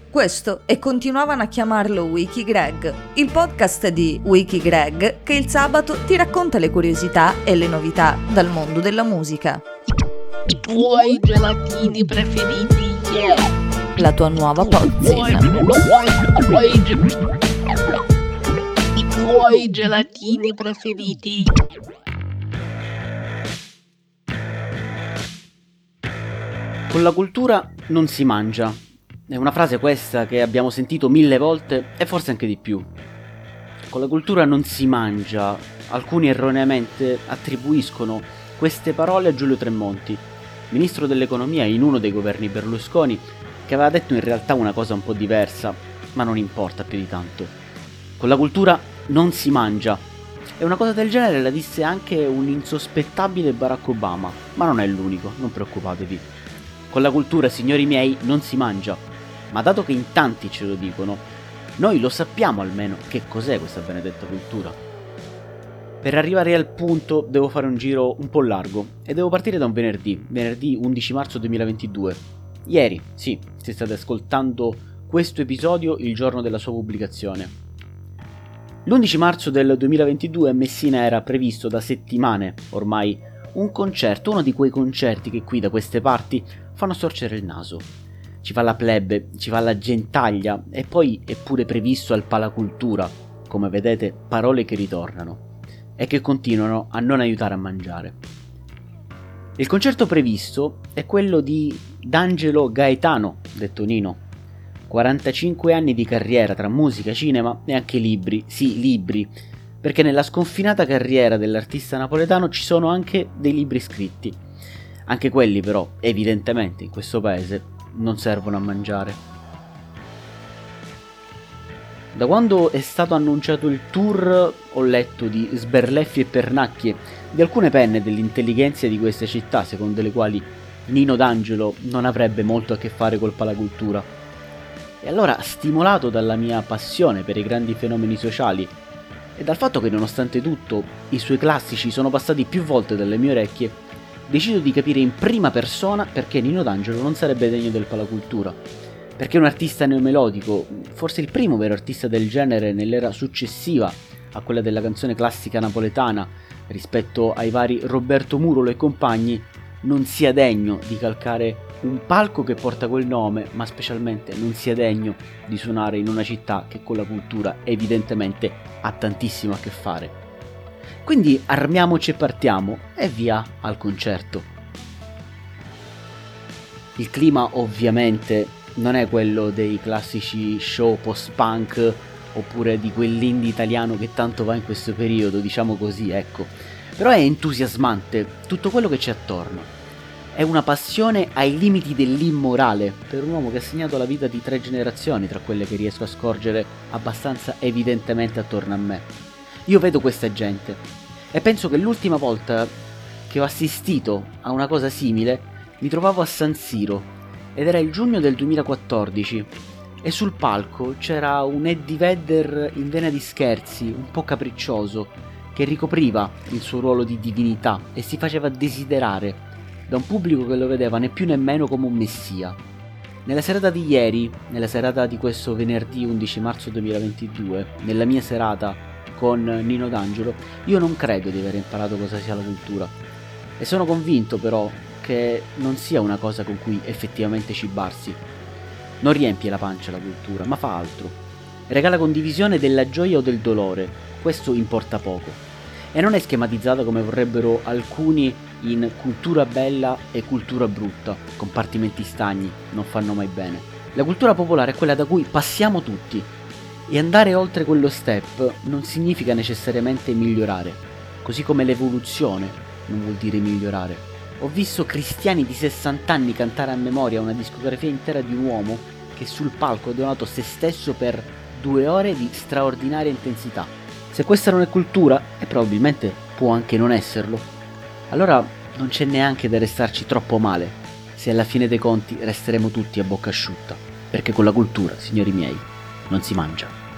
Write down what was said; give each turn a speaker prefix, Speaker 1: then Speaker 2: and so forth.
Speaker 1: Questo e continuavano a chiamarlo WikiGreg, il podcast di WikiGreg che il sabato ti racconta le curiosità e le novità dal mondo della musica.
Speaker 2: I tuoi gelatini preferiti,
Speaker 1: La tua nuova pozzina.
Speaker 2: I tuoi gelatini preferiti.
Speaker 3: Con la cultura non si mangia. È una frase questa che abbiamo sentito 1000 volte e forse anche di più. Con la cultura non si mangia. Alcuni erroneamente attribuiscono queste parole a Giulio Tremonti, ministro dell'economia in uno dei governi Berlusconi, che aveva detto in realtà una cosa un po' diversa, ma non importa più di tanto. Con la cultura non si mangia. E una cosa del genere la disse anche un insospettabile Barack Obama, ma non è l'unico, non preoccupatevi. Con la cultura, signori miei, non si mangia. Ma dato che in tanti ce lo dicono, noi lo sappiamo almeno che cos'è questa benedetta cultura. Per arrivare al punto devo fare un giro un po' largo e devo partire da un venerdì 11 marzo 2022. Ieri, sì, se state ascoltando questo episodio il giorno della sua pubblicazione. L'11 marzo del 2022 a Messina era previsto da settimane ormai un concerto, uno di quei concerti che qui da queste parti fanno storcere il naso. Ci va la plebe, ci va la gentaglia e poi è pure previsto al Palacultura, come vedete parole che ritornano e che continuano a non aiutare a mangiare. Il concerto previsto è quello di D'Angelo Gaetano, detto Nino. 45 anni di carriera tra musica, cinema e anche libri, sì libri, perché nella sconfinata carriera dell'artista napoletano ci sono anche dei libri scritti. Anche quelli però, evidentemente, in questo paese non servono a mangiare. Da quando è stato annunciato il tour ho letto di sberleffi e pernacchie, di alcune penne dell'intelligenza di queste città, secondo le quali Nino D'Angelo non avrebbe molto a che fare col Palacultura. E allora, stimolato dalla mia passione per i grandi fenomeni sociali e dal fatto che nonostante tutto i suoi classici sono passati più volte dalle mie orecchie, decido di capire in prima persona perché Nino D'Angelo non sarebbe degno del Palacultura. Perché un artista neomelodico, forse il primo vero artista del genere nell'era successiva a quella della canzone classica napoletana rispetto ai vari Roberto Murolo e compagni, non sia degno di calcare un palco che porta quel nome, ma specialmente non sia degno di suonare in una città che con la cultura evidentemente ha tantissimo a che fare. Quindi armiamoci e partiamo e via al concerto. Il clima ovviamente non è quello dei classici show post-punk oppure di quell'indie italiano che tanto va in questo periodo, diciamo così, ecco. Però è entusiasmante tutto quello che c'è attorno. È una passione ai limiti dell'immorale per un uomo che ha segnato la vita di 3 generazioni tra quelle che riesco a scorgere abbastanza evidentemente attorno a me. Io vedo questa gente e penso che l'ultima volta che ho assistito a una cosa simile mi trovavo a San Siro ed era il giugno del 2014 e sul palco c'era un Eddie Vedder in vena di scherzi, un po' capriccioso, che ricopriva il suo ruolo di divinità e si faceva desiderare da un pubblico che lo vedeva né più né meno come un messia. Nella serata di ieri, nella serata di questo venerdì 11 marzo 2022, nella mia serata con Nino D'Angelo, io non credo di aver imparato cosa sia la cultura e sono convinto però che non sia una cosa con cui effettivamente cibarsi. Non riempie la pancia la cultura, ma fa altro. Regala condivisione della gioia o del dolore, questo importa poco. E non è schematizzata come vorrebbero alcuni in cultura bella e cultura brutta, compartimenti stagni, non fanno mai bene. La cultura popolare è quella da cui passiamo tutti, e andare oltre quello step non significa necessariamente migliorare, così come l'evoluzione non vuol dire migliorare. Ho visto cristiani di 60 anni cantare a memoria una discografia intera di un uomo che sul palco ha donato se stesso per 2 ore di straordinaria intensità. Se questa non è cultura, e probabilmente può anche non esserlo, allora non c'è neanche da restarci troppo male se alla fine dei conti resteremo tutti a bocca asciutta, perché con la cultura, signori miei, non si mangia.